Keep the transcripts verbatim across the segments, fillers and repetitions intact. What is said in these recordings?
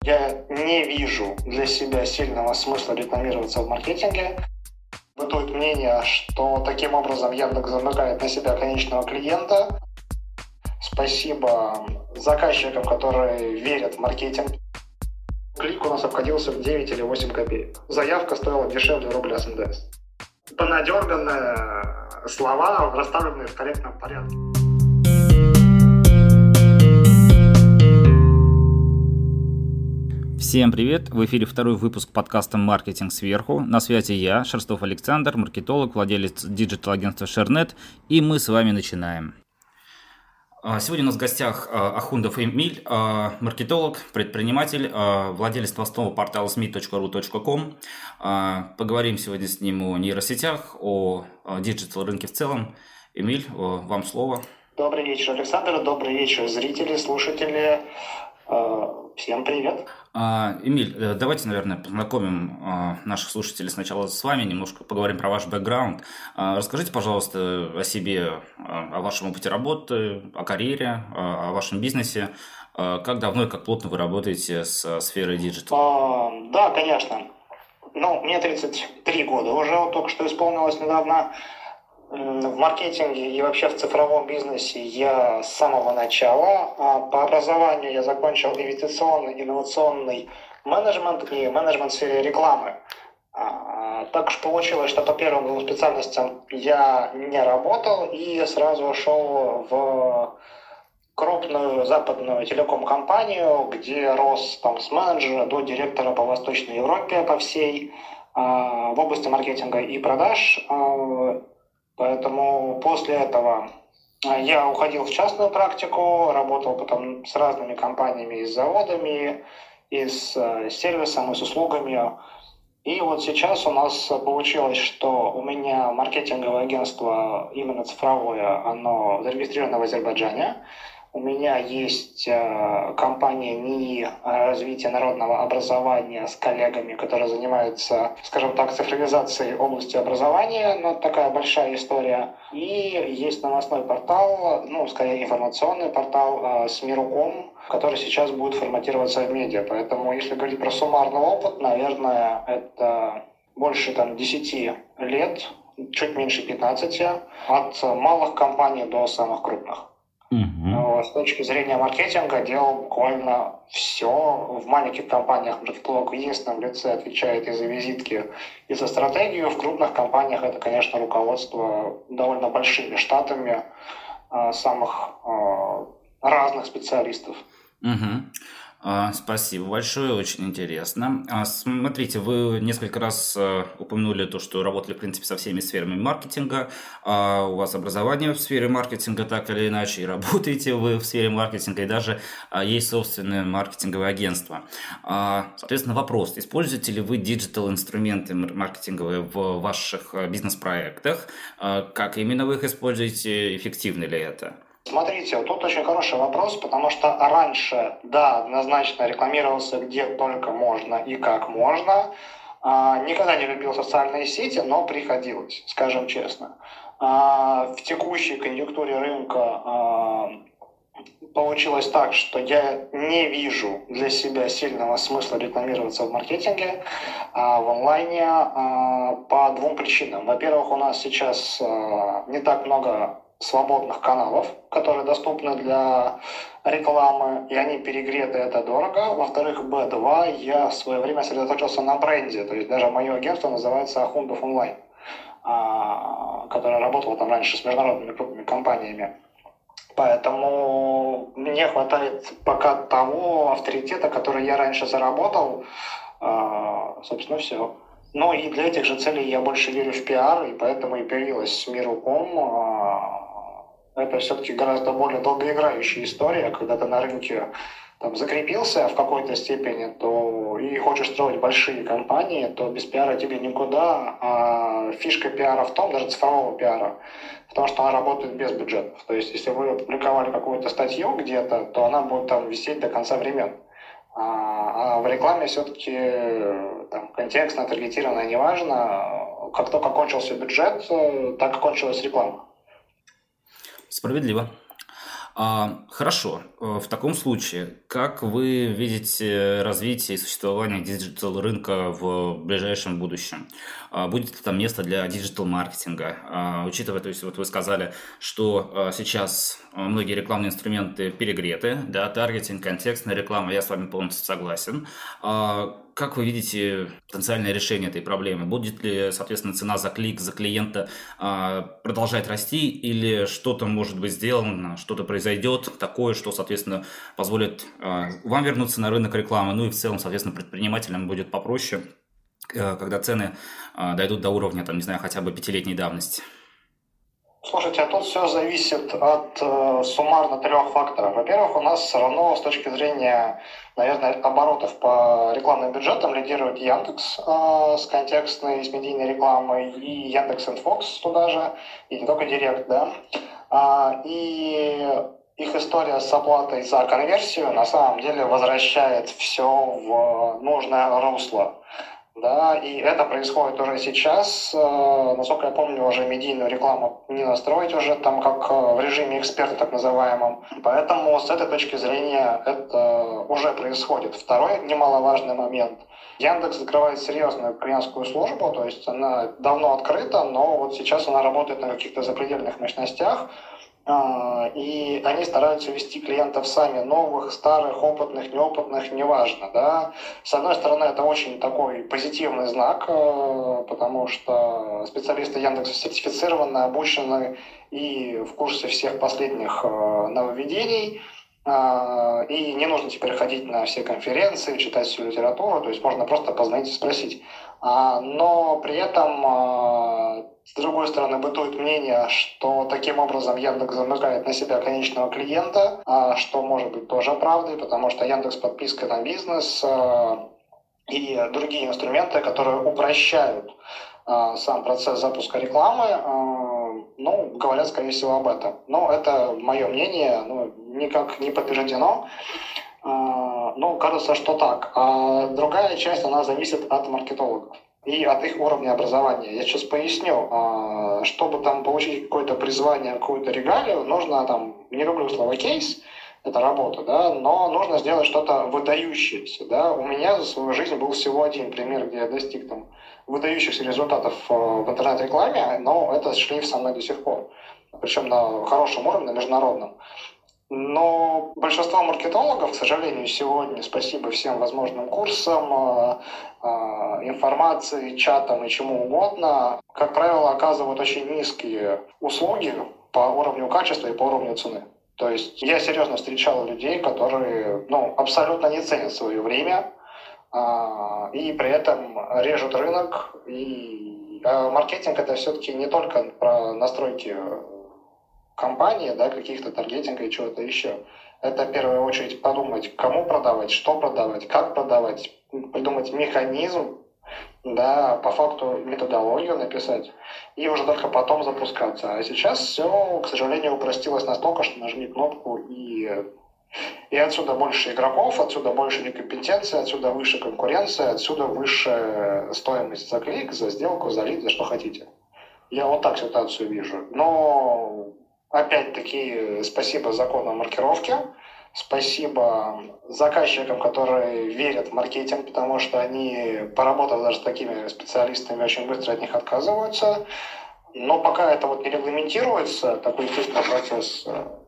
Я не вижу для себя сильного смысла рекламироваться в маркетинге. Бытует мнение, что таким образом Яндекс замыкает на себя конечного клиента. Спасибо заказчикам, которые верят в маркетинг. Клик у нас обходился в девять или восемь копеек. Заявка стоила дешевле рубля с эн дэ эс. Понадерганные слова, расставленные в корректном порядке. Всем привет! В эфире второй выпуск подкаста «Маркетинг сверху». На связи я, Шерстов Александр, маркетолог, владелец диджитал-агентства Шернет, и мы с вами начинаем. Сегодня у нас в гостях Ахундов Эмиль, маркетолог, предприниматель, владелец новостного портала эс эм и точка ру точка ком. Поговорим сегодня с ним о нейросетях, о диджитал-рынке в целом. Эмиль, вам слово. Добрый вечер, Александр. Добрый вечер, зрители, слушатели. Всем привет. Эмиль, давайте, наверное, познакомим наших слушателей сначала с вами, немножко поговорим про ваш бэкграунд. Расскажите, пожалуйста, о себе, о вашем опыте работы, о карьере, о вашем бизнесе. Как давно и как плотно вы работаете с сферой диджитал? Да, конечно. Ну, мне тридцать три года уже, вот только что исполнилось недавно. В маркетинге и вообще в цифровом бизнесе я с самого начала. По образованию я закончил инвестиционный, инновационный менеджмент и менеджмент в сфере рекламы. Так уж получилось, что по первым двум специальностям я не работал и сразу ушел в крупную западную телеком-компанию, где рос там, с менеджера до директора по Восточной Европе, по всей, в области маркетинга и продаж. Поэтому после этого я уходил в частную практику, работал потом с разными компаниями и с заводами, и с сервисом, и с услугами. И вот сейчас у нас получилось, что у меня маркетинговое агентство, именно цифровое, оно зарегистрировано в Азербайджане. У меня есть э, компания НИИ развития народного образования с коллегами, которые занимаются, скажем так, цифровизацией области образования, но такая большая история. И есть новостной портал, ну, скорее информационный портал э, Смиру.ком, который сейчас будет форматироваться в медиа. Поэтому, если говорить про суммарный опыт, наверное, это больше там, десять лет, чуть меньше пятнадцати, от малых компаний до самых крупных. Uh-huh. С точки зрения маркетинга делал буквально все. В маленьких компаниях маркетолог в единственном лице отвечает и за визитки, и за стратегию. В крупных компаниях это, конечно, руководство довольно большими штатами самых разных специалистов. Uh-huh. Спасибо большое, очень интересно. Смотрите, вы несколько раз упомянули то, что работали, в принципе, со всеми сферами маркетинга. У вас образование в сфере маркетинга так или иначе, и работаете вы в сфере маркетинга, и даже есть собственное маркетинговое агентство. Соответственно, вопрос, используете ли вы диджитал-инструменты маркетинговые в ваших бизнес-проектах? Как именно вы их используете? Эффективно ли это? Смотрите, вот тут очень хороший вопрос, потому что раньше, да, однозначно рекламировался где только можно и как можно. А, никогда не любил социальные сети, но приходилось, скажем честно. А, в текущей конъюнктуре рынка а, получилось так, что я не вижу для себя сильного смысла рекламироваться в маркетинге, а, в онлайне а, по двум причинам. Во-первых, у нас сейчас а, не так много свободных каналов, которые доступны для рекламы, и они перегреты, это дорого. Во-вторых, бэ два, я в свое время сосредоточился на бренде, то есть даже мое агентство называется Ахундов Онлайн, которое работало там раньше с международными крупными компаниями. Поэтому мне хватает пока того авторитета, который я раньше заработал, собственно, все. Ну и для этих же целей я больше верю в пиар, и поэтому и появилась Смиру.ком. Это все-таки гораздо более долгоиграющая история, когда ты на рынке там, закрепился в какой-то степени, то и хочешь строить большие компании, то без пиара тебе никуда. А фишка пиара в том, даже цифрового пиара, в том, что она работает без бюджетов. То есть, если вы опубликовали какую-то статью где-то, то она будет там висеть до конца времен. А, а в рекламе все-таки там, контекстно, таргетированно, неважно. Как только кончился бюджет, так и кончилась реклама. Справедливо. А, хорошо. Э, В таком случае, как вы видите развитие и существование диджитал-рынка в ближайшем будущем? А, Будет ли там место для диджитал-маркетинга? А, Учитывая, то есть вот вы сказали, что а, сейчас а, многие рекламные инструменты перегреты, да, таргетинг, контекстная реклама, я с вами полностью согласен. А, Как вы видите потенциальное решение этой проблемы? Будет ли, соответственно, цена за клик, за клиента а, продолжать расти, или что-то может быть сделано, что-то произойдет такое, что, соответственно, позволит а, вам вернуться на рынок рекламы, ну и в целом, соответственно, предпринимателям будет попроще, э, когда цены а, дойдут до уровня, там, не знаю, хотя бы пятилетней давности? Слушайте, а тут все зависит от э, суммарно трех факторов. Во-первых, у нас все равно с точки зрения, наверное, оборотов по рекламным бюджетам лидирует Яндекс э, с контекстной, с медийной рекламой, и Яндекс.Инфокс туда же, и не только Директ, да. А, и их история с оплатой за конверсию на самом деле возвращает все в нужное русло. Да, и это происходит уже сейчас. Э, Насколько я помню, уже медийную рекламу не настроить уже там как э, в режиме эксперта так называемом. Поэтому с этой точки зрения это уже происходит. Второй немаловажный момент. Яндекс закрывает серьезную клиентскую службу, то есть она давно открыта, но вот сейчас она работает на каких-то запредельных мощностях. А, И они стараются вести клиентов сами, новых, старых, опытных, неопытных, неважно, да. С одной стороны, это очень такой позитивный знак, э, потому что специалисты Яндекса сертифицированы, обучены и в курсе всех последних э, нововведений. А, И не нужно теперь ходить на все конференции, читать всю литературу, то есть можно просто позвонить и спросить. А, Но при этом, а, с другой стороны, бытует мнение, что таким образом Яндекс замыкает на себя конечного клиента, а, что может быть тоже правдой, потому что Яндекс подписка на бизнес а, и другие инструменты, которые упрощают а, сам процесс запуска рекламы, а, ну, говорят, скорее всего, об этом. Но это мое мнение, ну, никак не подтверждено. А, Ну, кажется, что так. А другая часть, она зависит от маркетологов и от их уровня образования. Я сейчас поясню. А, Чтобы там получить какое-то призвание, какую-то регалию, нужно там, не люблю слово кейс, это работа, да, но нужно сделать что-то выдающееся, да. У меня за свою жизнь был всего один пример, где я достиг там выдающихся результатов э, в интернет-рекламе, но это шлейф со мной до сих пор. Причем на хорошем уровне, на международном. Но большинство маркетологов, к сожалению, сегодня, спасибо всем возможным курсам, э, э, информации, чатам и чему угодно, как правило, оказывают очень низкие услуги по уровню качества и по уровню цены. То есть я серьезно встречал людей, которые ну, абсолютно не ценят свое время а, и при этом режут рынок. И а маркетинг это все-таки не только про настройки компании, да, каких-то таргетинга и чего-то еще. Это в первую очередь подумать, кому продавать, что продавать, как продавать, придумать механизм, да, по факту методологию написать и уже только потом запускаться. А сейчас все, к сожалению, упростилось настолько, что нажми кнопку и, и отсюда больше игроков, отсюда больше некомпетенции, отсюда выше конкуренция, отсюда выше стоимость за клик, за сделку, за лид, за что хотите. Я вот так ситуацию вижу. Но опять-таки спасибо закону маркировки. Спасибо заказчикам, которые верят в маркетинг, потому что они, поработав даже с такими специалистами, очень быстро от них отказываются. Но пока это вот не регламентируется, такой естественный процесс,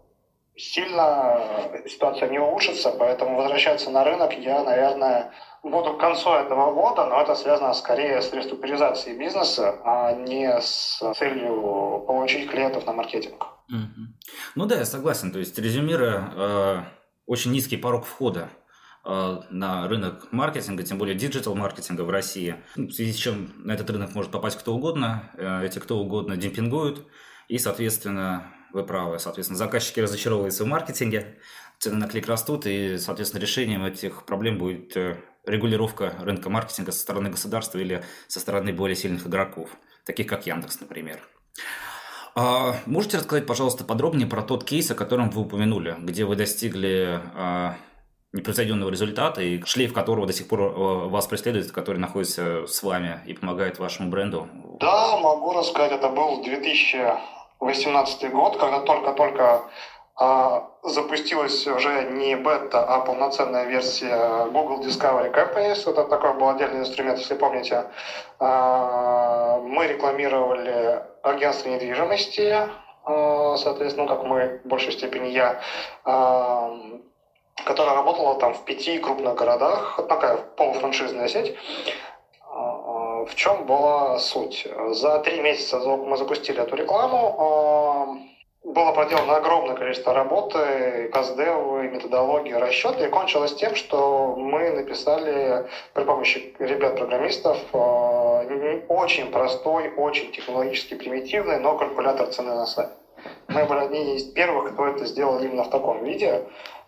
сильно ситуация не улучшится, поэтому возвращаться на рынок я, наверное, буду к концу этого года, но это связано скорее с реструктуризацией бизнеса, а не с целью получить клиентов на маркетинг. Мгм. Ну да, я согласен. То есть, резюмируя, э, очень низкий порог входа э, на рынок маркетинга, тем более диджитал-маркетинга в России, ну, в связи с чем на этот рынок может попасть кто угодно, э, эти кто угодно демпингуют, и, соответственно, вы правы, соответственно, заказчики разочаровываются в маркетинге, цены на клик растут, и, соответственно, решением этих проблем будет э, регулировка рынка маркетинга со стороны государства или со стороны более сильных игроков, таких как Яндекс, например. А можете рассказать, пожалуйста, подробнее про тот кейс, о котором вы упомянули, где вы достигли а, непревзойденного результата и шлейф которого до сих пор а, вас преследует, который находится с вами и помогает вашему бренду? Да, могу рассказать. Это был две тысячи восемнадцатый год, когда только-только а запустилась уже не бета, а полноценная версия Google Discovery Companies. Это такой был отдельный инструмент, если помните. Мы рекламировали агентство недвижимости, соответственно, как мы, в большей степени я, которая работала там в пяти крупных городах, такая полуфраншизная сеть. В чем была суть? За три месяца мы запустили эту рекламу. Было проделано огромное количество работы, каздевы, методологии, расчеты, и кончилось тем, что мы написали при помощи ребят-программистов очень простой, очень технологически примитивный, но калькулятор цены на сайт. Мы были одни из первых, кто это сделал именно в таком виде.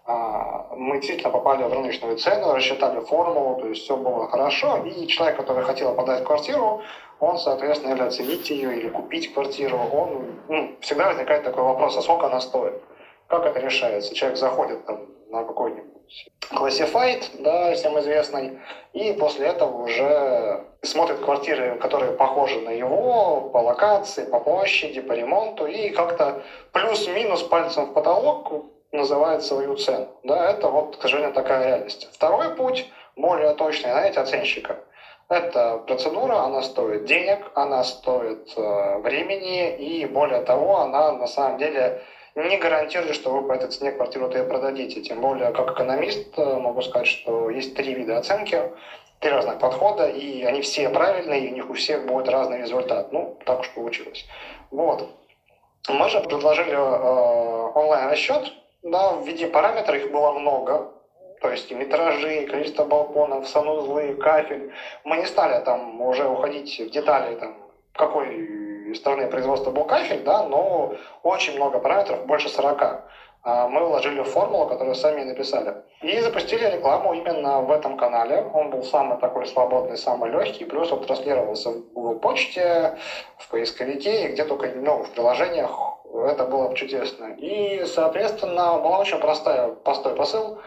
Мы действительно попали в рыночную цену, рассчитали формулу, то есть все было хорошо, и человек, который хотел подать квартиру, он, соответственно, или оценить ее, или купить квартиру, он, ну, всегда возникает такой вопрос, а сколько она стоит? Как это решается? Человек заходит там, на какой-нибудь Classified, да, всем известный, и после этого уже смотрит квартиры, которые похожи на его, по локации, по площади, по ремонту, и как-то плюс-минус пальцем в потолок называет свою цену. Да, это вот, к сожалению, такая реальность. Второй путь, более точный, знаете, оценщика. Это процедура, она стоит денег, она стоит э, времени, и более того, она на самом деле не гарантирует, что вы по этой цене квартиру-то и продадите. Тем более, как экономист, могу сказать, что есть три вида оценки, три разных подхода, и они все правильные, и у них у всех будет разный результат. Ну, так уж получилось. Вот. Мы же предложили э, онлайн-расчет, да, в виде параметров, их было много. То есть и метражи, и количество балконов, санузлы, кафель. Мы не стали там уже уходить в детали, там, какой страны производства был кафель, да, но очень много параметров, больше сорока. Мы вложили в формулу, которую сами написали. И запустили рекламу именно в этом канале. Он был самый такой свободный, самый легкий, плюс он транслировался в Google почте, в поисковике, и где только, ну, в приложениях. Это было чудесно. И, соответственно, был очень простой, простой посыл.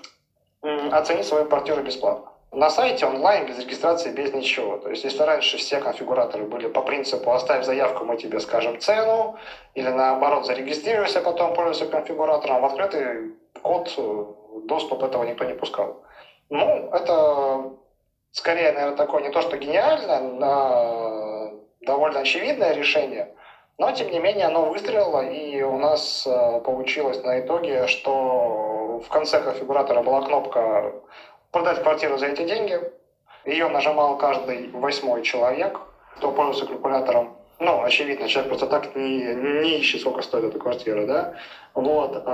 Оценить свою квартиру бесплатно. На сайте онлайн, без регистрации, без ничего. То есть, если раньше все конфигураторы были по принципу «оставь заявку, мы тебе скажем цену», или наоборот «зарегистрируйся, потом пользуйся конфигуратором», в открытый код доступ этого никто не пускал. Ну, это скорее, наверное, такое не то что гениальное, а довольно очевидное решение, но, тем не менее, оно выстрелило, и у нас получилось на итоге, что в конце конфигуратора была кнопка «Продать квартиру за эти деньги». Ее нажимал каждый восьмой человек, кто пользуется калькулятором. Ну, очевидно, человек просто так не, не ищет, сколько стоит эта квартира, да? Вот.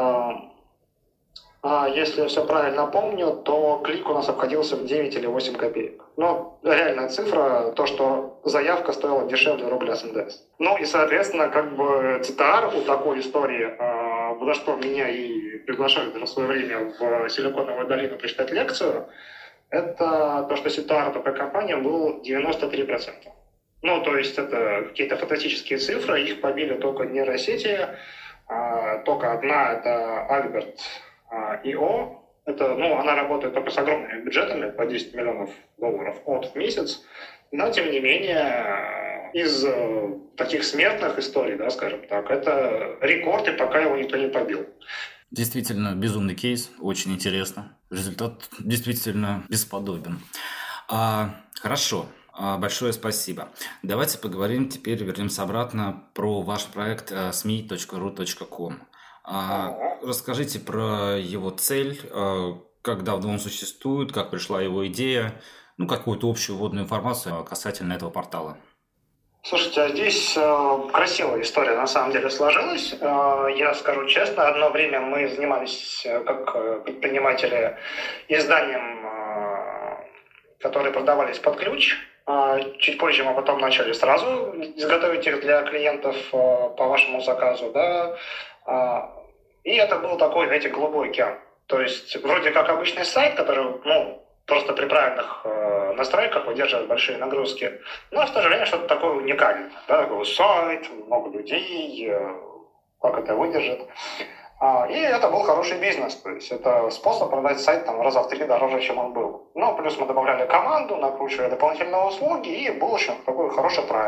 А если я все правильно помню, то клик у нас обходился в девять или восемь копеек. Ну, реальная цифра, то, что заявка стоила дешевле рубля с эн дэ эс. Ну и, соответственно, как бы си ти ар у такой истории, за что меня и приглашали в свое время в Силиконовую долину прочитать лекцию, это то, что си ти ар такой компании был девяносто три процента. Ну, то есть это какие-то фантастические цифры, их побили только нейросети, только одна, это Альберт и о, это, ну, она работает только с огромными бюджетами, по десять миллионов долларов от в месяц, но, тем не менее, из э, таких смертных историй, да, скажем так, это рекорд, и пока его никто не побил. Действительно, безумный кейс, очень интересно. Результат действительно бесподобен. А, хорошо, а, большое спасибо. Давайте поговорим теперь, вернемся обратно про ваш проект эс эм и точка ру точка ком. А, расскажите про его цель, как давно он существует, как пришла его идея, ну, какую-то общую вводную информацию касательно этого портала. Слушайте, а здесь э, красивая история на самом деле сложилась. Э, я скажу честно, одно время мы занимались э, как предприниматели изданием, э, которые продавались под ключ. Э, чуть позже мы потом начали сразу изготовить их для клиентов э, по вашему заказу, да. Э, и это был такой, знаете, голубой океан. То есть вроде как обычный сайт, который, ну, просто при правильных э, настройках выдерживает большие нагрузки, но в то же время что-то такое уникальное. Да, такой сайт, много людей, э, как это выдержит. А, и это был хороший бизнес, то есть это способ продать сайт там, раза в три дороже, чем он был. Ну, плюс мы добавляли команду, накручивали дополнительные услуги, и был очень такой хороший проект.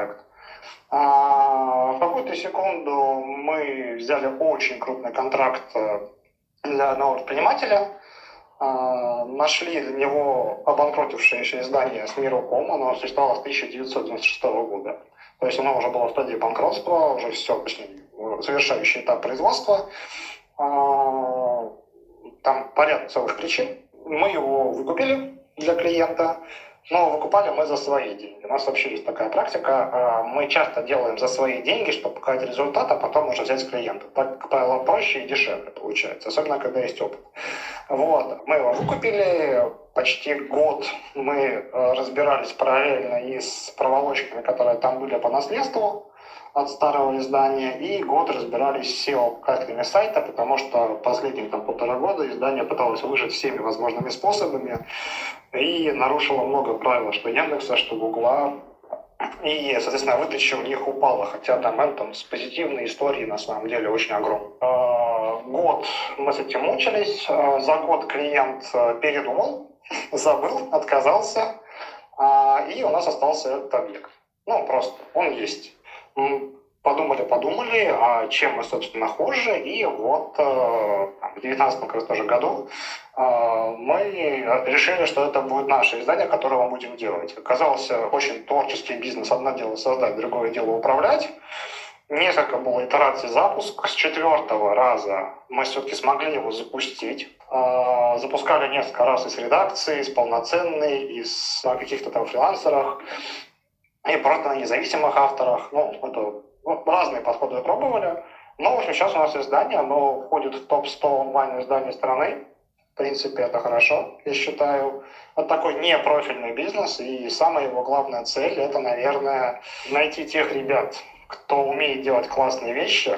А в какую-то секунду мы взяли очень крупный контракт для одного предпринимателя, нашли для него обанкротившееся издание с миру точка ком, оно существовало с тысяча девятьсот девяносто шестого года. То есть оно уже было в стадии банкротства, уже все, почти завершающий этап производства. Там порядок целых причин. Мы его выкупили для клиента, но выкупали мы за свои деньги. У нас вообще есть такая практика. Мы часто делаем за свои деньги, чтобы показать результат, а потом уже взять с клиента. Так, как правило, проще и дешевле получается, особенно когда есть опыт. Вот. Мы его выкупили. Почти год мы разбирались параллельно и с проволочками, которые там были по наследству от старого издания, и год разбирались с сео-показателями сайта, потому что последние там, полтора года издание пыталось выжить всеми возможными способами и нарушило много правил, что Яндекса, что Гугла, и, соответственно, выдача у них упала, хотя домен там с позитивной историей на самом деле очень огромный. Год мы с этим мучились, за год клиент передумал, забыл, отказался, и у нас остался этот объект. Ну, просто он есть. Подумали-подумали, а чем мы, собственно, хуже, и вот в две тысячи девятнадцатом как раз тоже году мы решили, что это будет наше издание, которое мы будем делать. Оказался очень творческий бизнес. Одно дело создать, другое дело управлять. Несколько было итераций запуска. С четвертого раза мы все-таки смогли его запустить. Запускали несколько раз из редакции, из полноценной, из каких-то там фрилансерах. И просто на независимых авторах. Ну, это ну, разные подходы пробовали. Но, в общем, сейчас у нас издание, оно входит в топ сто онлайн-изданий страны. В принципе, это хорошо, я считаю. Это такой непрофильный бизнес, и самая его главная цель – это, наверное, найти тех ребят, кто умеет делать классные вещи,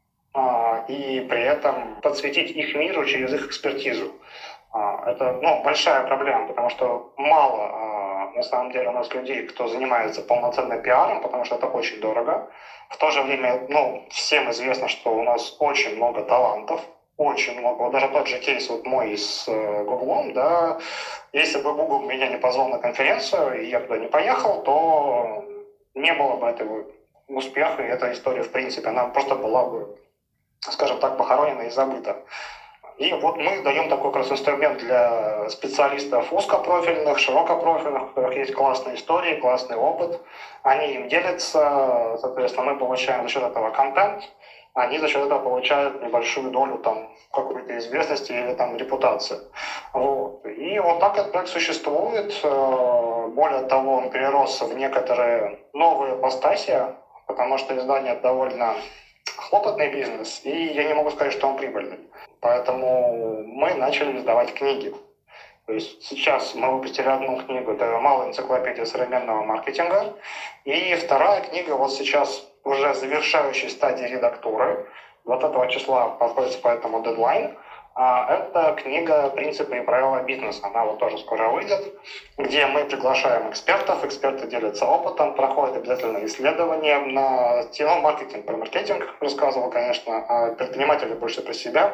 и при этом подсветить их миру через их экспертизу. Это ну, большая проблема, потому что мало, на самом деле, у нас людей, кто занимается полноценным пиаром, потому что это очень дорого. В то же время, ну, всем известно, что у нас очень много талантов, очень много. Вот даже тот же кейс вот мой с Гуглом, да, если бы Google меня не позвал на конференцию, и я туда не поехал, то не было бы этого успеха, и эта история, в принципе, она просто была бы, скажем так, похоронена и забыта. И вот мы даем такой как раз инструмент для специалистов узкопрофильных, широкопрофильных, у которых есть классные истории, классный опыт. Они им делятся, соответственно, мы получаем за счет этого контент, они за счет этого получают небольшую долю там, какой-то известности или там, репутации. Вот. И вот так этот проект существует. Более того, он перерос в некоторые новые ипостаси, потому что издание довольно хлопотный бизнес, и я не могу сказать, что он прибыльный. Поэтому мы начали издавать книги. То есть сейчас мы выпустили одну книгу, это «Малая энциклопедия современного маркетинга», и вторая книга вот сейчас уже завершающей стадии редактуры, двадцатого числа подходится поэтому дедлайн. Это книга «Принципы и правила бизнеса». Она вот тоже скоро выйдет, где мы приглашаем экспертов, эксперты делятся опытом, проходят обязательно исследования на тему маркетинг, про маркетинг рассказывал, конечно, а предприниматели больше про себя.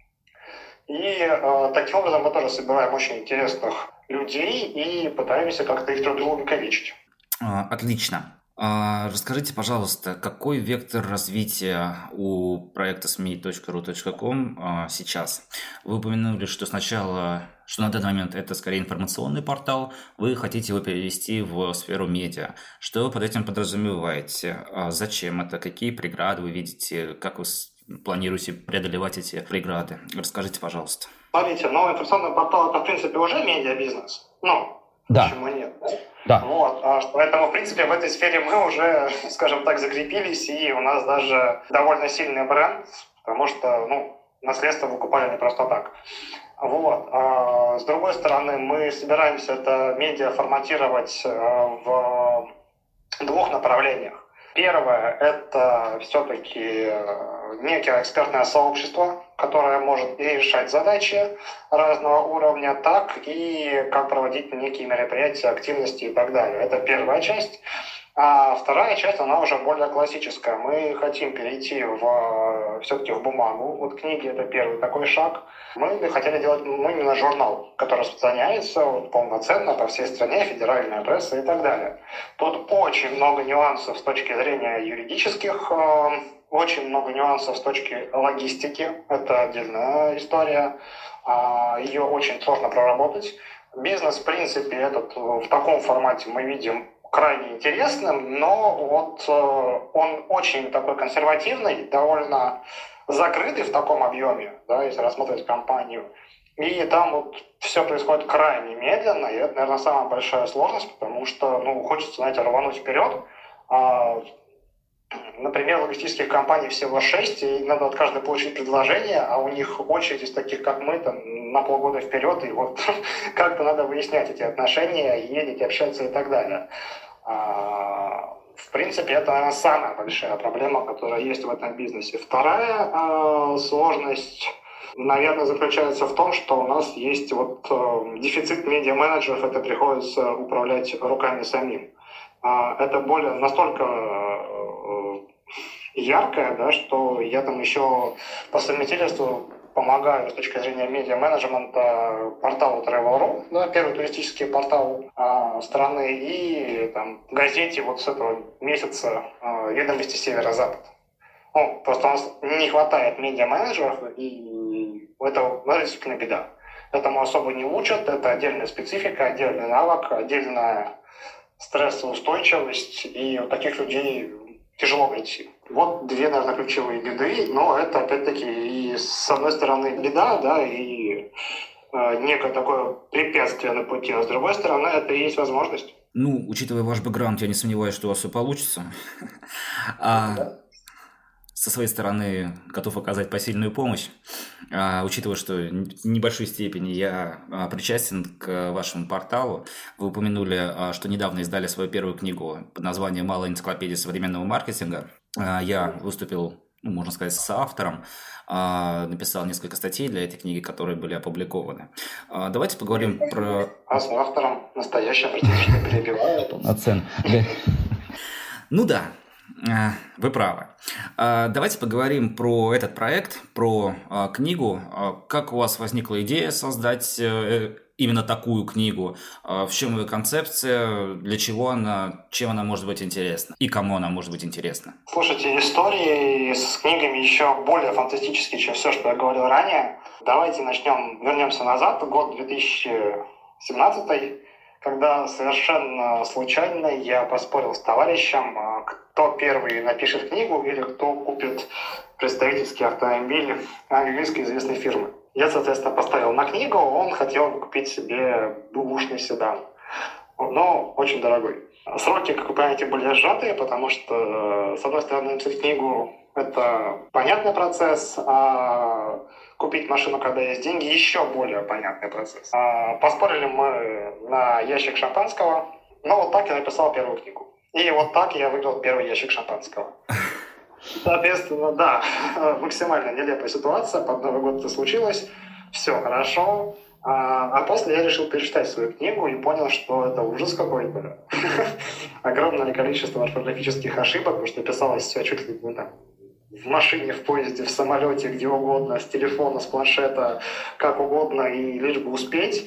И э, таким образом мы тоже собираем очень интересных людей и пытаемся как-то их друг другу увековечить. Отлично. А, расскажите, пожалуйста, какой вектор развития у проекта эс эм и точка ру точка ком а, сейчас? Вы упомянули, что сначала, что на данный момент это скорее информационный портал, вы хотите его перевести в сферу медиа. Что вы под этим подразумеваете? А зачем это? Какие преграды вы видите? Как вы планируете преодолевать эти преграды? Расскажите, пожалуйста. Смотрите, новый информационный портал – это, в принципе, уже медиабизнес. Ну, да. Почему нет? Да. Вот, поэтому, в принципе, в этой сфере мы уже, скажем так, закрепились, и у нас даже довольно сильный бренд, потому что, ну, наследство выкупали не просто так. Вот. А с другой стороны, мы собираемся это медиа форматировать в двух направлениях. Первое – это все-таки некое экспертное сообщество, которое может и решать задачи разного уровня, так и как проводить некие мероприятия, активности и так далее. Это первая часть. А вторая часть, она уже более классическая. Мы хотим перейти в, все-таки в бумагу. Вот книги — это первый такой шаг. Мы хотели делать ну, именно журнал, который распространяется вот, полноценно по всей стране, федеральная пресса и так далее. Тут очень много нюансов с точки зрения юридических, э, очень много нюансов с точки логистики. Это отдельная история. Э, ее очень сложно проработать. Бизнес, в принципе, этот в таком формате мы видим крайне интересным, но вот э, он очень такой консервативный, довольно закрытый в таком объеме, да, если рассматривать компанию. И там вот все происходит крайне медленно, и это, наверное, самая большая сложность, потому что, ну, хочется, знаете, рвануть вперед. А, например, логистических компаний всего шесть, и надо от каждой получить предложение, а у них очередь из таких, как мы, там, на полгода вперед, и вот как-то надо выяснять эти отношения, ездить, общаться и так далее. В принципе, это, наверное, самая большая проблема, которая есть в этом бизнесе. Вторая э, сложность, наверное, заключается в том, что у нас есть вот э, дефицит медиа-менеджеров, это приходится управлять руками самим. Э, это более настолько э, яркое, да, что я там еще по совместительству помогаю с точки зрения медиа-менеджмента порталу Travel.ru, да, первый туристический портал э, страны, и там, газете вот с этого месяца э, «Ведомости Северо-Запад». Ну, просто у нас не хватает медиа-менеджеров, и это, это действительно беда. Этому особо не учат, это отдельная специфика, отдельный навык, отдельная стрессоустойчивость, и вот таких людей тяжело найти. Вот две, наверное, ключевые беды, но это, опять-таки, и с одной стороны беда, да, и э, некое такое препятствие на пути, а с другой стороны это и есть возможность. Ну, учитывая ваш бэкграунд, я не сомневаюсь, что у вас все получится. А со своей стороны готов оказать посильную помощь, а, учитывая, что в небольшой степени я а, причастен к вашему порталу. Вы упомянули, а, что недавно издали свою первую книгу под названием «Малая энциклопедия современного маркетинга». А, я выступил, ну, можно сказать, соавтором, а, написал несколько статей для этой книги, которые были опубликованы. А, давайте поговорим про... А с автором настоящим, простите, что перебиваю. Полноценно. Ну да. Вы правы. Давайте поговорим про этот проект, про книгу. Как у вас возникла идея создать именно такую книгу? В чем ее концепция? Для чего она? Чем она может быть интересна? И кому она может быть интересна? Слушайте, истории с книгами еще более фантастические, чем все, что я говорил ранее. Давайте начнем, вернемся назад, год две тысячи семнадцатый, когда совершенно случайно я поспорил с товарищем, кто первый напишет книгу или кто купит представительский автомобиль английской известной фирмы. Я, соответственно, поставил на книгу, он хотел купить себе бэушный седан, но очень дорогой. Сроки, как вы понимаете, были сжатые, потому что, с одной стороны, написать книгу – это понятный процесс, а купить машину, когда есть деньги, еще более понятный процесс. Поспорили мы на ящик шампанского, но вот так я написал первую книгу. И вот так я выиграл первый ящик шампанского. Соответственно, да, максимально нелепая ситуация, под Новый год это случилось, все хорошо. А, а после я решил перечитать свою книгу и понял, что это ужас какой-то. Огромное количество орфографических ошибок, потому что писалось все чуть ли не там в машине, в поезде, в самолете, где угодно, с телефона, с планшета, как угодно, и лишь бы успеть.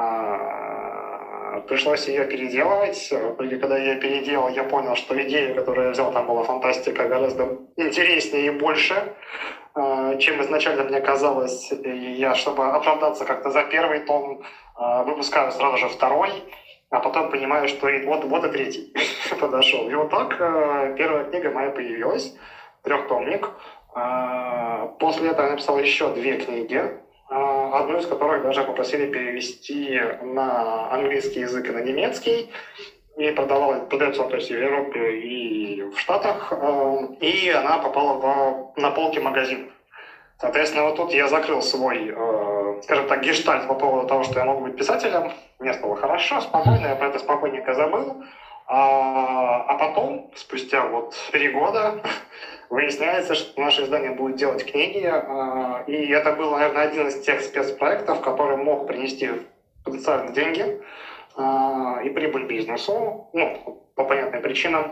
Пришлось ее переделывать. И когда я ее переделал, я понял, что идея, которую я взял, там была фантастика, гораздо интереснее и больше, чем изначально мне казалось. И я, чтобы оправдаться как-то за первый том, выпускаю сразу же второй, а потом понимаю, что и вот, вот и третий подошел. И вот так первая книга моя появилась, трехтомник. После этого я написал еще две книги, одну из которых даже попросили перевести на английский язык и на немецкий. И продавала, продается, то есть, в Европе и в Штатах. И она попала в, на полки магазинов. Соответственно, вот тут я закрыл свой, скажем так, гештальт по поводу того, что я могу быть писателем. Мне стало хорошо, спокойно, я про это спокойненько забыл. А, а потом, спустя вот три года, выясняется, что наше издание будет делать книги, и это был, наверное, один из тех спецпроектов, который мог принести потенциально деньги. И и прибыль бизнесу, ну, по понятным причинам,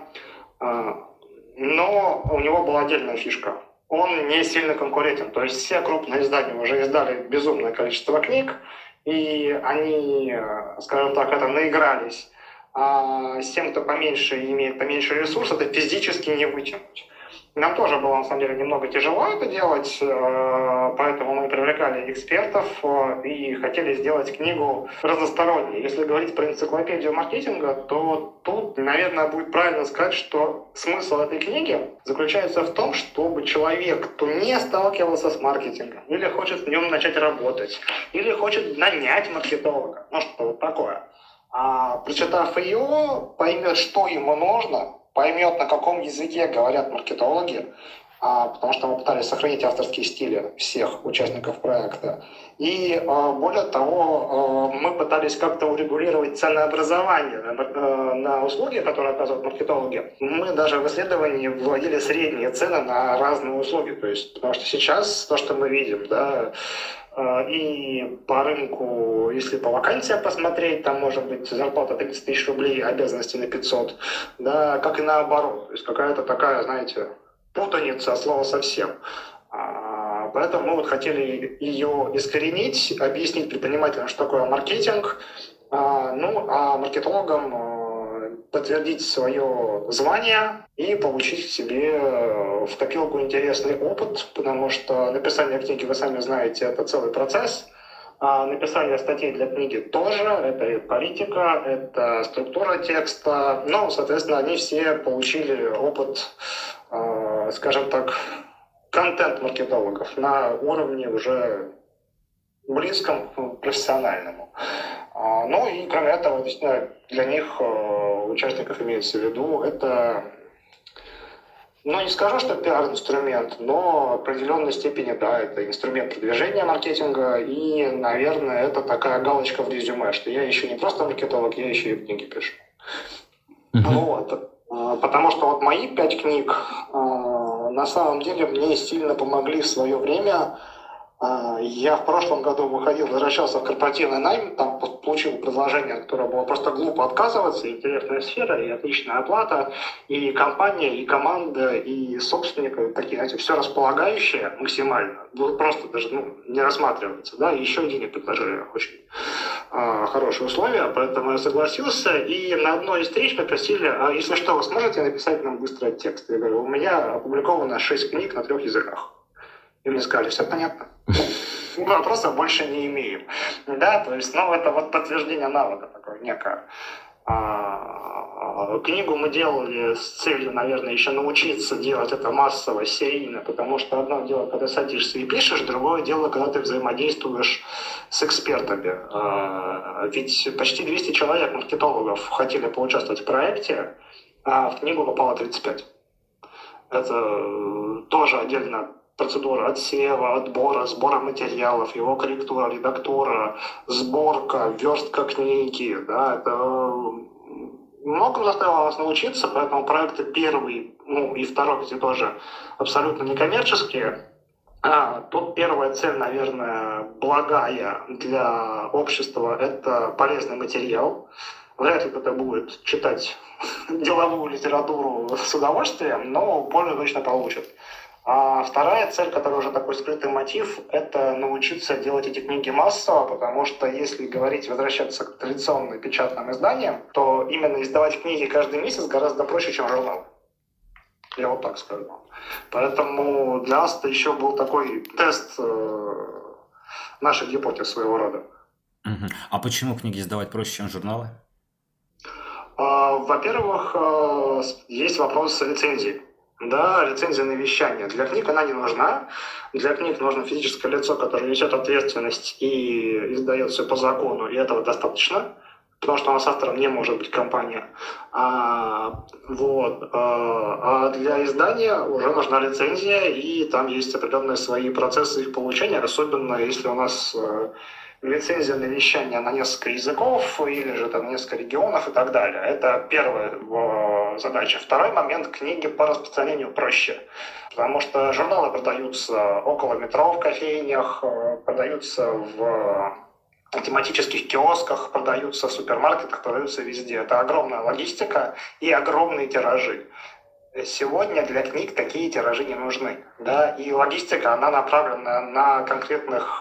но у него была отдельная фишка. Он не сильно конкурентен, то есть все крупные издания уже издали безумное количество книг, и они, скажем так, это наигрались. А с тем, кто поменьше имеет поменьше ресурсов, это физически не вытянуть. Нам тоже было, на самом деле, немного тяжело это делать, поэтому мы привлекали экспертов и хотели сделать книгу разносторонней. Если говорить про энциклопедию маркетинга, то тут, наверное, будет правильно сказать, что смысл этой книги заключается в том, чтобы человек, кто не сталкивался с маркетингом, или хочет в нем начать работать, или хочет нанять маркетолога, ну что вот такое, а, прочитав ее, поймет, что ему нужно, поймет, на каком языке говорят маркетологи, а, потому что мы пытались сохранить авторские стили всех участников проекта. И а, более того, а, мы пытались как-то урегулировать ценообразование на, на услуги, которые оказывают маркетологи. Мы даже в исследовании вводили средние цены на разные услуги. То есть, потому что сейчас то, что мы видим, да, и по рынку, если по вакансиям посмотреть, там может быть зарплата тридцать тысяч рублей, обязанности на пятьсот, да, как и наоборот. То есть какая-то такая, знаете, путаница от слова совсем. Поэтому мы вот хотели ее искоренить, объяснить предпринимателям, что такое маркетинг, ну а маркетологам подтвердить свое звание и получить себе в копилку интересный опыт, потому что написание книги, вы сами знаете, это целый процесс. А написание статей для книги тоже, это и политика, это структура текста. Ну, соответственно, они все получили опыт, скажем так, контент-маркетологов на уровне уже близком к профессиональному. Ну и кроме этого, действительно, для них, участников имеется в виду, это, ну не скажу, что пиар-инструмент, но в определенной степени, да, это инструмент продвижения маркетинга, и, наверное, это такая галочка в резюме, что я еще не просто маркетолог, я еще и книги пишу. Uh-huh. Вот. Потому что вот мои пять книг на самом деле мне сильно помогли в свое время. Я в прошлом году выходил, возвращался в корпоративный найм, там получил предложение, от которого было просто глупо отказываться, интересная сфера, и отличная оплата, и компания, и команда, и собственник, такие, знаете, все располагающее максимально, просто даже ну, не рассматривается, да, и еще денег предложили очень а, хорошие условия, поэтому я согласился, и на одной из встреч попросили, а если что, вы сможете написать нам быстро текст? Я говорю, у меня опубликовано шесть книг на трех языках. И мне сказали, все понятно. Вопросов больше не имеем. Да, то есть, ну, это вот подтверждение навыка такое некое. А, книгу мы делали с целью, наверное, еще научиться делать это массово, серийно, потому что одно дело, когда садишься и пишешь, другое дело, когда ты взаимодействуешь с экспертами. А, ведь почти двести человек, маркетологов, хотели поучаствовать в проекте, а в книгу попало тридцать пять. Это тоже отдельно процедура отсева, отбора, сбора материалов, его корректура, редактура, сборка, верстка книги. Да, это многому заставило нас научиться, поэтому проекты первый, ну и второй, где тоже абсолютно некоммерческие. А, тут первая цель, наверное, благая для общества – это полезный материал. Вряд ли кто-то будет читать деловую литературу с удовольствием, но пользу точно получит. А вторая цель, которая уже такой скрытый мотив, это научиться делать эти книги массово, потому что если говорить, возвращаться к традиционным печатным изданиям, то именно издавать книги каждый месяц гораздо проще, чем журнал. Я вот так скажу. Поэтому для нас это еще был такой тест наших гипотез своего рода. Uh-huh. А почему книги издавать проще, чем журналы? Во-первых, есть вопрос лицензии. Да, лицензия на вещание. Для книг она не нужна. Для книг нужно физическое лицо, которое несет ответственность и издает все по закону, и этого достаточно, потому что у нас автором не может быть компания. А, вот. А для издания уже нужна лицензия, и там есть определенные свои процессы их получения, особенно если у нас лицензия на вещание на несколько языков или же там несколько регионов и так далее. Это первая задача. Второй момент, книги по распространению проще, потому что журналы продаются около метро в кофейнях, продаются в тематических киосках, продаются в супермаркетах, продаются везде. Это огромная логистика и огромные тиражи. Сегодня для книг такие тиражи не нужны. Да? И логистика, она направлена на конкретных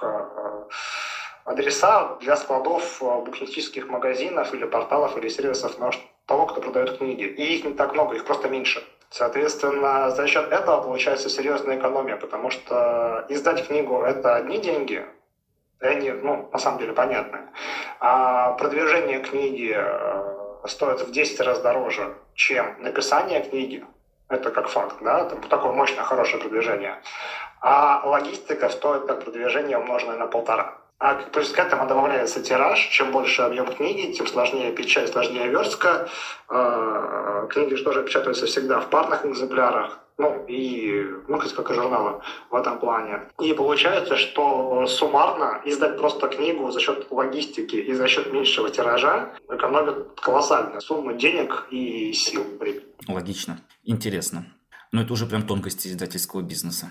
адреса для складов букинистических магазинов или порталов или сервисов того, кто продает книги. И их не так много, их просто меньше. Соответственно, за счет этого получается серьезная экономия, потому что издать книгу – это одни деньги, и они, ну, на самом деле, понятны. А продвижение книги стоит в десять раз дороже, чем написание книги. Это как факт, да, там такое мощное, хорошее продвижение. А логистика стоит как продвижение, умноженное на полтора. А плюс к этому добавляется тираж. Чем больше объем книги, тем сложнее печать, сложнее верстка. Книги же тоже печатаются всегда в парных экземплярах. Ну, и, ну, как и журналы в этом плане. И получается, что суммарно издать просто книгу за счет логистики и за счет меньшего тиража экономит колоссальную сумму денег и сил. Логично. Интересно. Но это уже прям тонкости издательского бизнеса.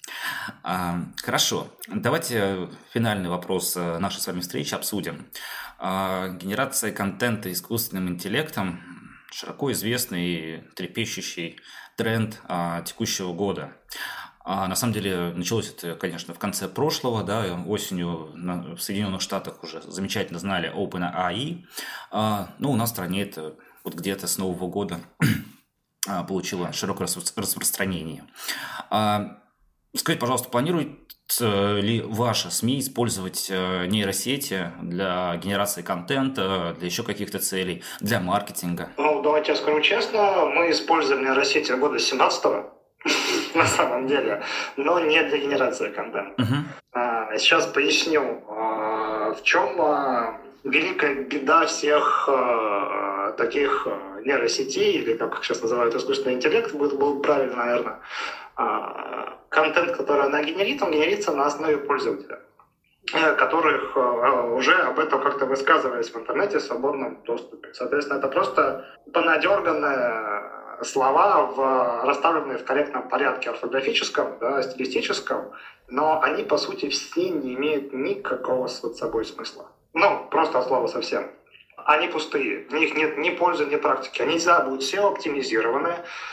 А, хорошо. Давайте финальный вопрос нашей с вами встречи обсудим. А, генерация контента искусственным интеллектом – широко известный и трепещущий тренд а, текущего года. А, на самом деле началось это, конечно, в конце прошлого, да, осенью на, в Соединенных Штатах уже замечательно знали OpenAI, а, но у нас в стране это вот где-то с Нового года а, получило широкое распространение. А, скажите, пожалуйста, планирует ли ваша СМИ использовать нейросети для генерации контента, для еще каких-то целей, для маркетинга? Ну, давайте я скажу честно, мы используем нейросети года семнадцатого, на самом деле, но не для генерации контента. Uh-huh. Сейчас поясню, в чем великая беда всех таких нейросетей, или как сейчас называют искусственный интеллект, будет, будет правильно, наверное. Контент, который она генерит, он генерится на основе пользователя, которых уже об этом как-то высказывались в интернете в свободном доступе. Соответственно, это просто понадерганные слова, в, расставленные в корректном порядке орфографическом, да, стилистическом, но они, по сути, все не имеют никакого с собой смысла. Ну, просто от слова совсем. Они пустые, в них нет ни пользы, ни практики. Они всегда будут сео оптимизированы,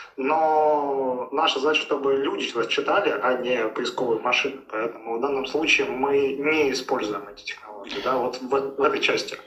но наша задача, чтобы люди нас читали, а не поисковые машины. Поэтому в данном случае мы не используем эти технологии, да, вот в, в этой части.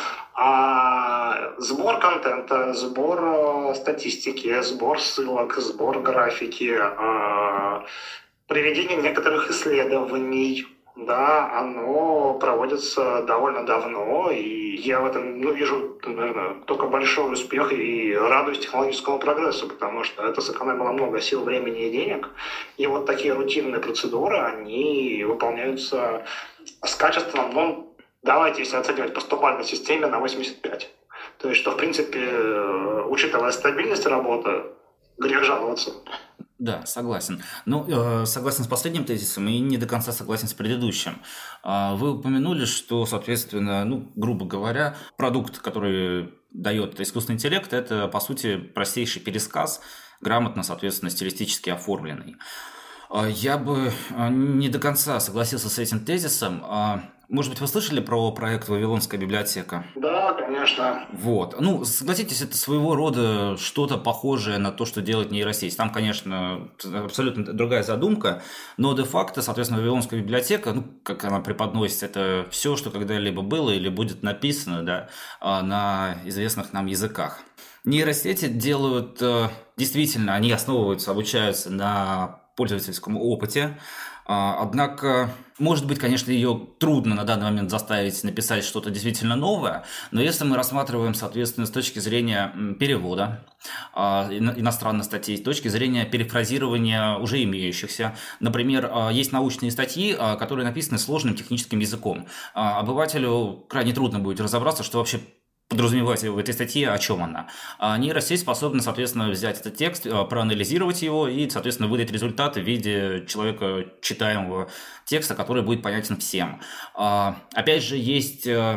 А сбор контента, сбор статистики, сбор ссылок, сбор графики, приведение некоторых исследований, да, оно проводится довольно давно, и я в этом, ну, вижу, наверное, только большой успех и радуюсь технологическому прогрессу, потому что это сэкономило много сил, времени и денег. И вот такие рутинные процедуры, они выполняются с качеством, ну, давайте, если оценивать по стопальной системе, на восемьдесят пять. То есть, что, в принципе, учитывая стабильность работы, грех жаловаться. Да, согласен. Ну, э, согласен с последним тезисом и не до конца согласен с предыдущим. Э, вы упомянули, что, соответственно, ну, грубо говоря, продукт, который дает искусственный интеллект, это, по сути, простейший пересказ, грамотно, соответственно, стилистически оформленный. Э, я бы не до конца согласился с этим тезисом. Э, Может быть, вы слышали про проект «Вавилонская библиотека»? Да, конечно. Вот. Ну, согласитесь, это своего рода что-то похожее на то, что делает нейросеть. Там, конечно, абсолютно другая задумка, но де-факто, соответственно, «Вавилонская библиотека», ну, как она преподносит, это все, что когда-либо было или будет написано, да, на известных нам языках. Нейросети делают, действительно, они основываются, обучаются на пользовательском опыте, однако, может быть, конечно, ее трудно на данный момент заставить написать что-то действительно новое, но если мы рассматриваем, соответственно, с точки зрения перевода иностранных статей, с точки зрения перефразирования уже имеющихся, например, есть научные статьи, которые написаны сложным техническим языком. Обывателю крайне трудно будет разобраться, что вообще подразумевать в этой статье, о чем она. А нейросеть способна, соответственно, взять этот текст, проанализировать его и, соответственно, выдать результаты в виде человека читаемого текста, который будет понятен всем. А, опять же, есть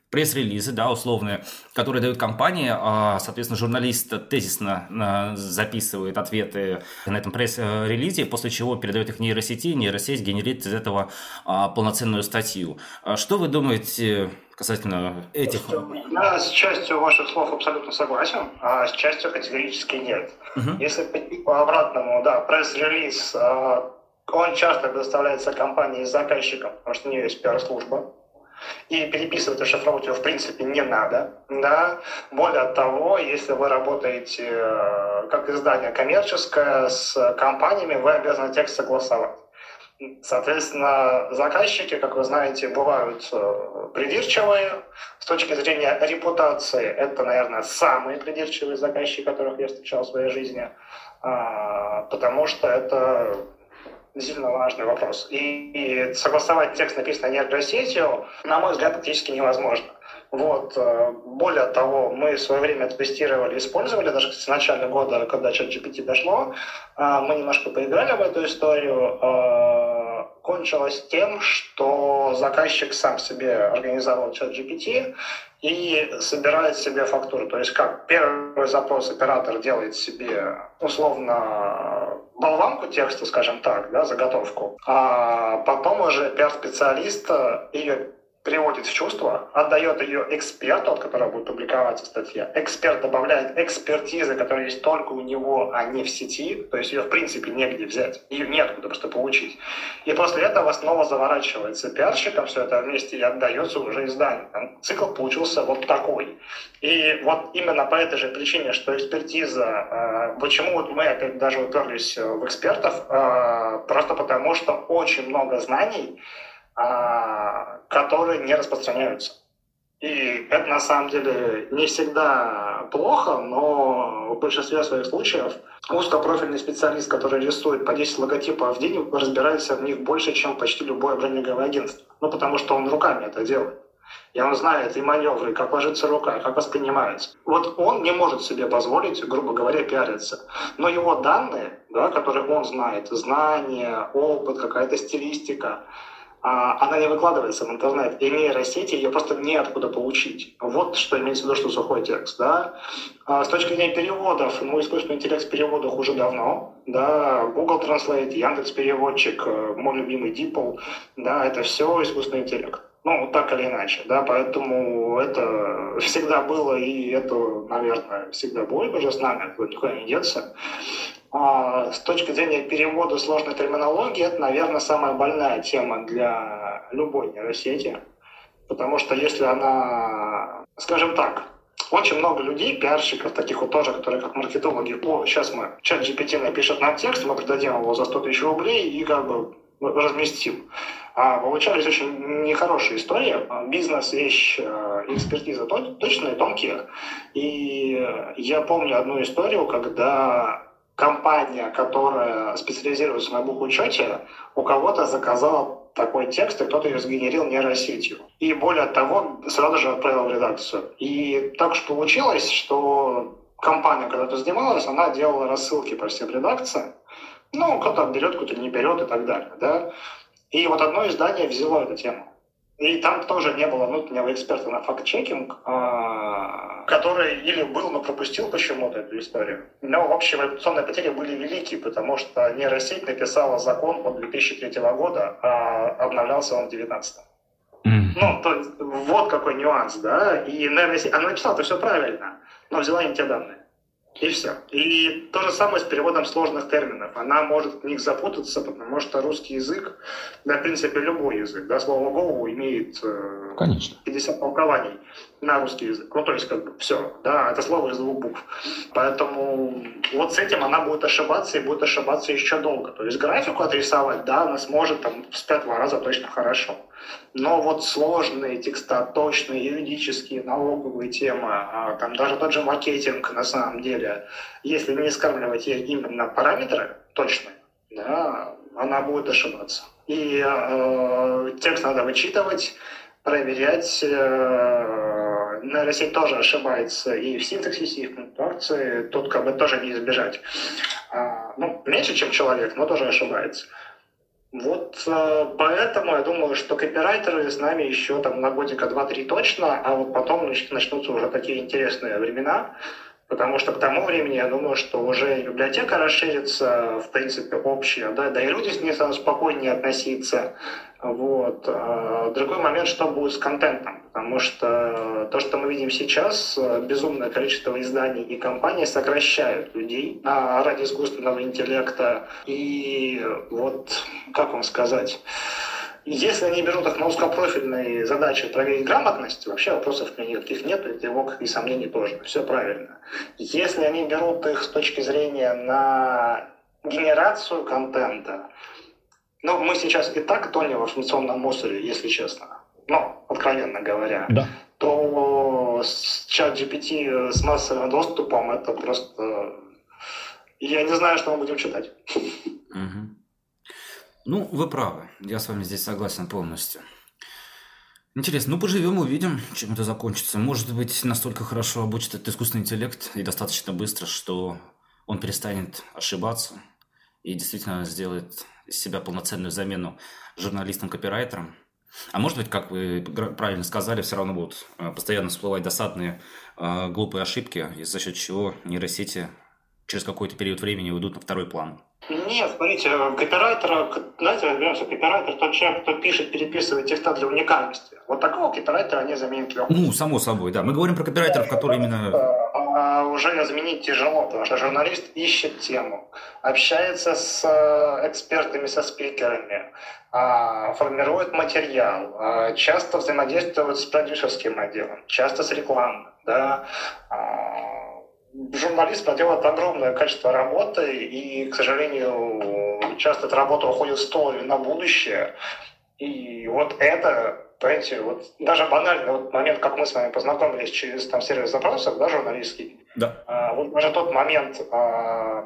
пресс-релизы, да, условные, которые дают компании, а, соответственно, журналист тезисно а, записывает ответы на этом пресс-релизе, после чего передает их нейросети, нейросеть генерит из этого а, полноценную статью. А что вы думаете касательно этих? Я с частью ваших слов абсолютно согласен, а с частью категорически нет. Uh-huh. Если пойти по обратному, да, пресс-релиз, он часто предоставляется компании с заказчиком, потому что у нее есть пиар-служба, и переписывать и шифровать его в принципе не надо. Да? Более того, если вы работаете как издание коммерческое с компаниями, вы обязаны текст согласовать. Соответственно, заказчики, как вы знаете, бывают придирчивые. С точки зрения репутации, это, наверное, самые придирчивые заказчики, которых я встречал в своей жизни, потому что это действительно важный вопрос. И, и согласовать текст, написанный нейросетью, на мой взгляд, практически невозможно. Вот. Более того, мы в свое время тестировали, использовали, даже с начала года, когда ChatGPT дошло, мы немножко поиграли в эту историю. Кончилось тем, что заказчик сам себе организовал ChatGPT и собирает себе фактуру. То есть как первый запрос оператор делает себе условно болванку текста, скажем так, да, заготовку, а потом уже пиар-специалист ее переводит в чувство, отдает ее эксперту, от которого будет публиковаться статья. Эксперт добавляет экспертизы, которые есть только у него, а не в сети. То есть ее, в принципе, негде взять. Ее неоткуда просто получить. И после этого снова заворачивается пиарщиком, все это вместе и отдается уже изданию. Там цикл получился вот такой. И вот именно по этой же причине, что экспертиза... Э, почему вот мы опять даже уперлись в экспертов? Э, просто потому, что очень много знаний, которые не распространяются. И это на самом деле не всегда плохо, но в большинстве своих случаев узкопрофильный специалист, который рисует по десять логотипов в день, разбирается в них больше, чем почти любое брендинговое агентство. Ну, потому что он руками это делает. И он знает и маневры, как ложится рука, как воспринимается. Вот он не может себе позволить, грубо говоря, пиариться. Но его данные, да, которые он знает, знания, опыт, какая-то стилистика, она не выкладывается в интернет, и нейросети ее просто неоткуда получить. Вот что имеется в виду, что сухой текст. Да? А с точки зрения переводов, ну, искусственный интеллект в переводах уже давно. Да? Google Translate, Яндекс.Переводчик, мой любимый DeepL, да, это все искусственный интеллект. Ну, так или иначе, да, поэтому это всегда было, и это, наверное, всегда будет уже с нами, это никуда не деться. А с точки зрения перевода сложной терминологии, это, наверное, самая больная тема для любой нейросети, потому что если она, скажем так, очень много людей, пиарщиков, таких вот тоже, которые как маркетологи, о, сейчас мы, ChatGPT напишет нам текст, мы продадим его за сто тысяч рублей и как бы разместим. А получались очень нехорошие истории. Бизнес, вещь, экспертиза точные, тонкие. И я помню одну историю, когда компания, которая специализируется на бухучете, у кого-то заказала такой текст, и кто-то ее сгенерил нейросетью. И более того, сразу же отправил в редакцию. И так уж получилось, что компания, когда это занималась, она делала рассылки по всем редакциям. Ну, кто-то берет, кто-то не берет и так далее. Да? И вот одно издание взяло эту тему. И там тоже не было внутреннего эксперта на факт-чекинг, который или был, но пропустил почему-то эту историю. Но в общем репутационные потери были великие, потому что нейросеть написала закон от две тысячи третьего года, а обновлялся он в две тысячи девятнадцатом. Mm-hmm. Ну, то есть вот какой нюанс, да. И нейросеть, она написала это все правильно, но взяла не те данные. И все. И то же самое с переводом сложных терминов. Она может в них запутаться, потому что русский язык, да, в принципе, любой язык, да, слово «go» имеет э, Конечно. пятьдесят толкований на русский язык. Ну, то есть, как бы, все, да, это слово из двух букв. Поэтому вот с этим она будет ошибаться, и будет ошибаться еще долго. То есть, графику отрисовать, да, она сможет там с пятого раза точно хорошо. Но вот сложные текста, точные, юридические, налоговые темы, а, там даже тот же маркетинг, на самом деле, если не скармливать ей именно параметры точные, да, она будет ошибаться. И э, текст надо вычитывать, проверять. Э, нейросеть тоже ошибается и в синтаксисе, и в пунктуации. Тут как бы тоже не избежать. А, ну, меньше, чем человек, но тоже ошибается. Вот э, поэтому я думаю, что копирайтеры с нами еще там на годика два-три точно, а вот потом нач- начнутся уже такие интересные времена, потому что к тому времени я думаю, что уже и библиотека расширится, в принципе, общая, да, да и люди с ней стали спокойнее относиться. Вот. А другой момент, что будет с контентом, потому что то, что мы видим сейчас, безумное количество изданий и компаний сокращают людей а, ради искусственного интеллекта. И вот, как вам сказать, если они берут их на узкопрофильные задачи проверить грамотность, вообще вопросов никаких нет, и тревог и сомнений тоже. Все правильно. Если они берут их с точки зрения на генерацию контента, ну, мы сейчас и так тонем в информационном мусоре, если честно. Ну, откровенно говоря. Да. То с чат джи пи ти с массовым доступом это просто... Я не знаю, что мы будем читать. Угу. Ну, вы правы. Я с вами здесь согласен полностью. Интересно, ну поживем, увидим, чем это закончится. Может быть, настолько хорошо обучит этот искусственный интеллект и достаточно быстро, что он перестанет ошибаться и действительно сделает из себя полноценную замену журналистам-копирайтерам. А может быть, как вы правильно сказали, все равно будут постоянно всплывать досадные, глупые ошибки, из-за счет чего нейросети через какой-то период времени уйдут на второй план. Нет, смотрите, копирайтер, знаете, разберемся, копирайтер тот человек, кто пишет, переписывает текста для уникальности. Вот такого копирайтера они заменить легко. Ну, само собой, да. Мы говорим про копирайтеров, да, которые именно... А уже заменить тяжело, потому что журналист ищет тему, общается с экспертами, со спикерами, формирует материал, часто взаимодействует с продюсерским отделом, часто с рекламой, да. Журналист проделает огромное количество работы, и, к сожалению, часто эта работа уходит в сторону на будущее. И вот это, понимаете, вот даже банальный вот момент, как мы с вами познакомились через там, сервис запросов, да, журналистский, да. а, вот даже тот момент, а,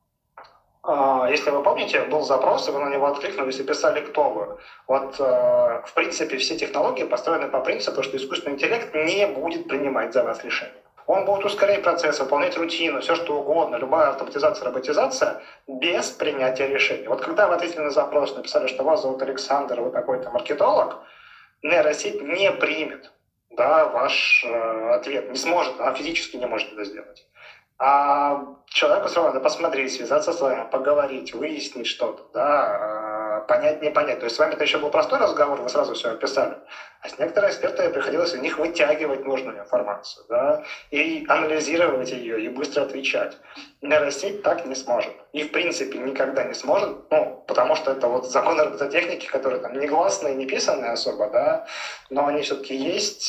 а, если вы помните, был запрос, и вы на него откликнулись и писали, кто вы. Вот, а, в принципе, все технологии построены по принципу, что искусственный интеллект не будет принимать за вас решения. Он будет ускорять процесс, выполнять рутину, все что угодно, любая автоматизация, роботизация, без принятия решений. Вот когда вы ответили на запрос, написали, что вас зовут Александр, вы какой-то маркетолог, нейросеть не примет, да, ваш э, ответ, не сможет, она физически не может это сделать. А человеку все равно надо посмотреть, связаться с вами, поговорить, выяснить что-то, да, понять, не понять. То есть с вами это еще был простой разговор, вы сразу все описали. А с некоторыми экспертами приходилось у них вытягивать нужную информацию, да, и анализировать ее, и быстро отвечать. Нейросеть так не сможет. И в принципе никогда не сможет, ну, потому что это вот законы робототехники, которые там негласные, не писанные особо, да, но они все-таки есть.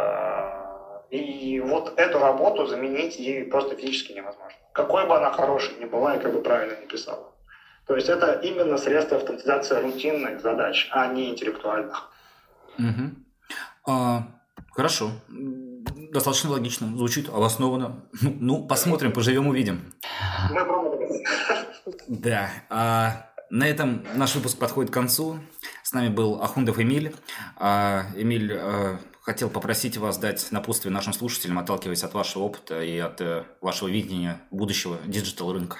И вот эту работу заменить ей просто физически невозможно. Какой бы она хорошей ни была и как бы правильно не писала. То есть это именно средство автоматизации рутинных задач, а не интеллектуальных. Угу. А, хорошо. Достаточно логично. Звучит обоснованно. Ну, ну посмотрим, поживем, увидим. Мы пробуем. Да. А, на этом наш выпуск подходит к концу. С нами был Ахундов Эмиль. А, Эмиль... А, хотел попросить вас дать напутствие нашим слушателям, отталкиваясь от вашего опыта и от э, вашего видения будущего диджитал-рынка.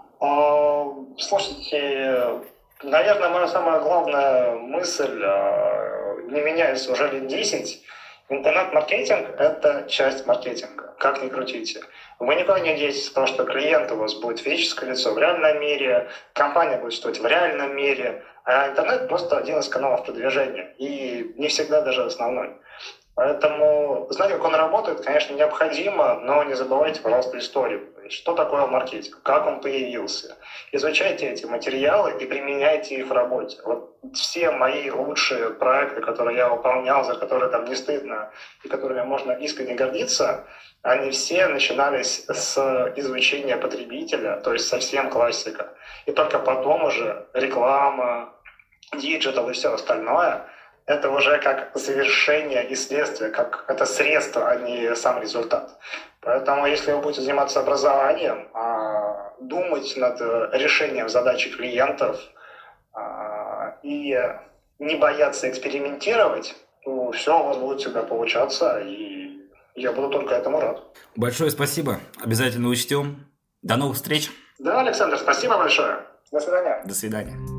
Слушайте, наверное, моя самая главная мысль не меняется уже лет десять. Интернет-маркетинг – это часть маркетинга, как ни крутите. Вы никуда не денетесь от того, что клиент у вас будет физическое лицо в реальном мире, компания будет стоить в реальном мире, а интернет просто один из каналов продвижения, и не всегда даже основной. Поэтому знать, как он работает, конечно, необходимо, но не забывайте, пожалуйста, историю. Что такое маркетинг, как он появился. Изучайте эти материалы и применяйте их в работе. Вот все мои лучшие проекты, которые я выполнял, за которые там не стыдно и которыми можно искренне гордиться, они все начинались с изучения потребителя, то есть совсем классика. И только потом уже реклама, диджитал и все остальное – это уже как завершение и следствие, как это средство, а не сам результат. Поэтому если вы будете заниматься образованием, думать над решением задачи клиентов и не бояться экспериментировать, то все у вас будет всегда получаться, и я буду только этому рад. Большое спасибо. Обязательно учтем. До новых встреч. Да, Александр, спасибо большое. До свидания. До свидания.